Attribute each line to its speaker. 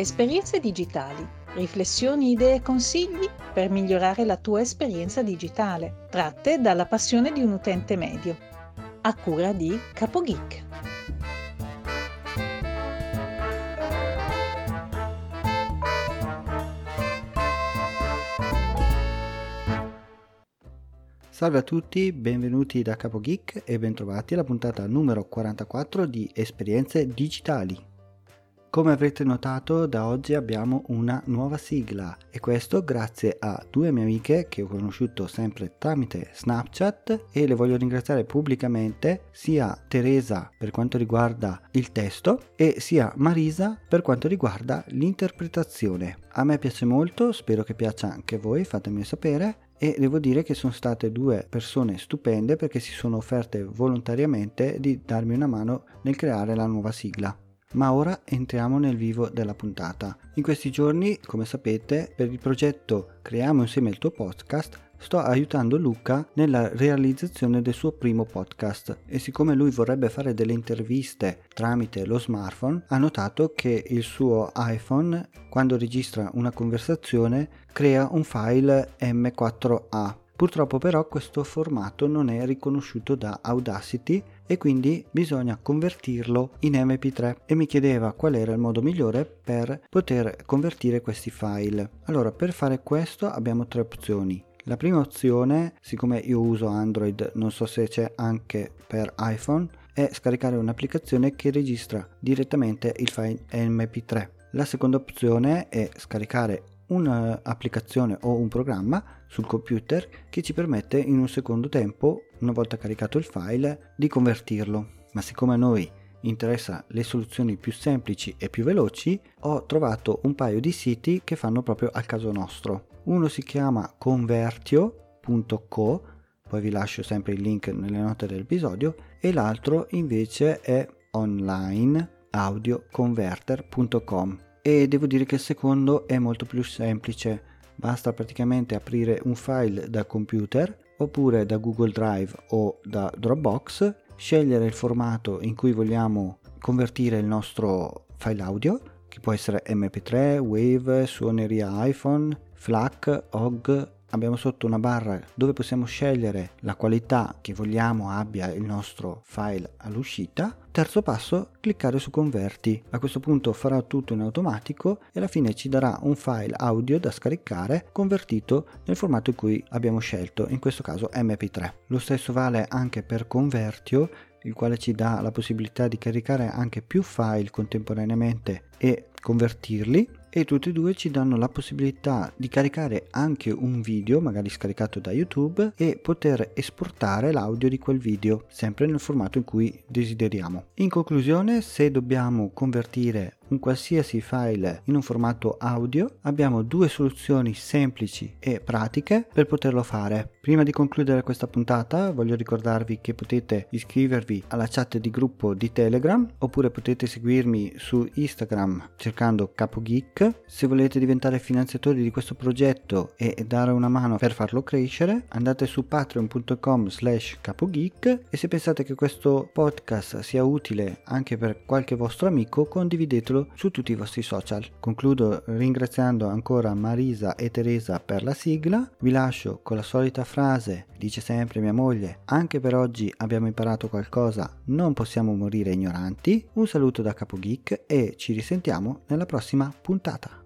Speaker 1: Esperienze digitali, riflessioni, idee e consigli per migliorare la tua esperienza digitale, tratte dalla passione di un utente medio, a cura di CapoGeek.
Speaker 2: Salve a tutti, benvenuti da CapoGeek e bentrovati alla puntata numero 44 di Esperienze digitali. Come avrete notato, da oggi abbiamo una nuova sigla e questo grazie a due mie amiche che ho conosciuto sempre tramite Snapchat e le voglio ringraziare pubblicamente, sia Teresa per quanto riguarda il testo e sia Marisa per quanto riguarda l'interpretazione. A me piace molto, spero che piaccia anche a voi, fatemi sapere. E devo dire che sono state due persone stupende perché si sono offerte volontariamente di darmi una mano nel creare la nuova sigla. Ma ora entriamo nel vivo della puntata. In questi giorni, come sapete, per il progetto Creiamo insieme il tuo podcast, sto aiutando Luca nella realizzazione del suo primo podcast e siccome lui vorrebbe fare delle interviste tramite lo smartphone, ha notato che il suo iPhone, quando registra una conversazione, crea un file M4A. Purtroppo però questo formato non è riconosciuto da Audacity e quindi bisogna convertirlo in MP3 e mi chiedeva qual era il modo migliore per poter convertire questi file. Allora, per fare questo abbiamo tre opzioni. La prima opzione, siccome io uso Android, non so se c'è anche per iPhone, è scaricare un'applicazione che registra direttamente il file MP3. La seconda opzione è scaricare un'applicazione o un programma sul computer che ci permette in un secondo tempo, una volta caricato il file, di convertirlo. Ma siccome a noi interessa le soluzioni più semplici e più veloci, ho trovato un paio di siti che fanno proprio al caso nostro. Uno si chiama convertio.co, poi vi lascio sempre il link nelle note dell'episodio, e l'altro invece è onlineaudioconverter.com. E devo dire che il secondo è molto più semplice, basta praticamente aprire un file da computer oppure da Google Drive o da Dropbox, scegliere il formato in cui vogliamo convertire il nostro file audio, che può essere MP3, WAV, suoneria iPhone, FLAC, OGG. Abbiamo sotto una barra dove possiamo scegliere la qualità che vogliamo abbia il nostro file all'uscita. Terzo passo, cliccare su converti. A questo punto farà tutto in automatico e alla fine ci darà un file audio da scaricare convertito nel formato in cui abbiamo scelto, in questo caso MP3. Lo stesso vale anche per Convertio, il quale ci dà la possibilità di caricare anche più file contemporaneamente e convertirli, e tutti e due ci danno la possibilità di caricare anche un video, magari scaricato da YouTube, e poter esportare l'audio di quel video, sempre nel formato in cui desideriamo. In conclusione, se dobbiamo convertire un qualsiasi file in un formato audio, abbiamo due soluzioni semplici e pratiche per poterlo fare. Prima di concludere questa puntata, voglio ricordarvi che potete iscrivervi alla chat di gruppo di Telegram, oppure potete seguirmi su Instagram cercando CapoGeek. Se volete diventare finanziatori di questo progetto e dare una mano per farlo crescere, andate su patreon.com/capogeek e se pensate che questo podcast sia utile anche per qualche vostro amico, condividetelo su tutti i vostri social. Concludo ringraziando ancora Marisa e Teresa per la sigla. Vi lascio con la solita frase, dice sempre mia moglie: anche per oggi abbiamo imparato qualcosa, non possiamo morire ignoranti. Un saluto da CapoGeek e ci risentiamo nella prossima puntata.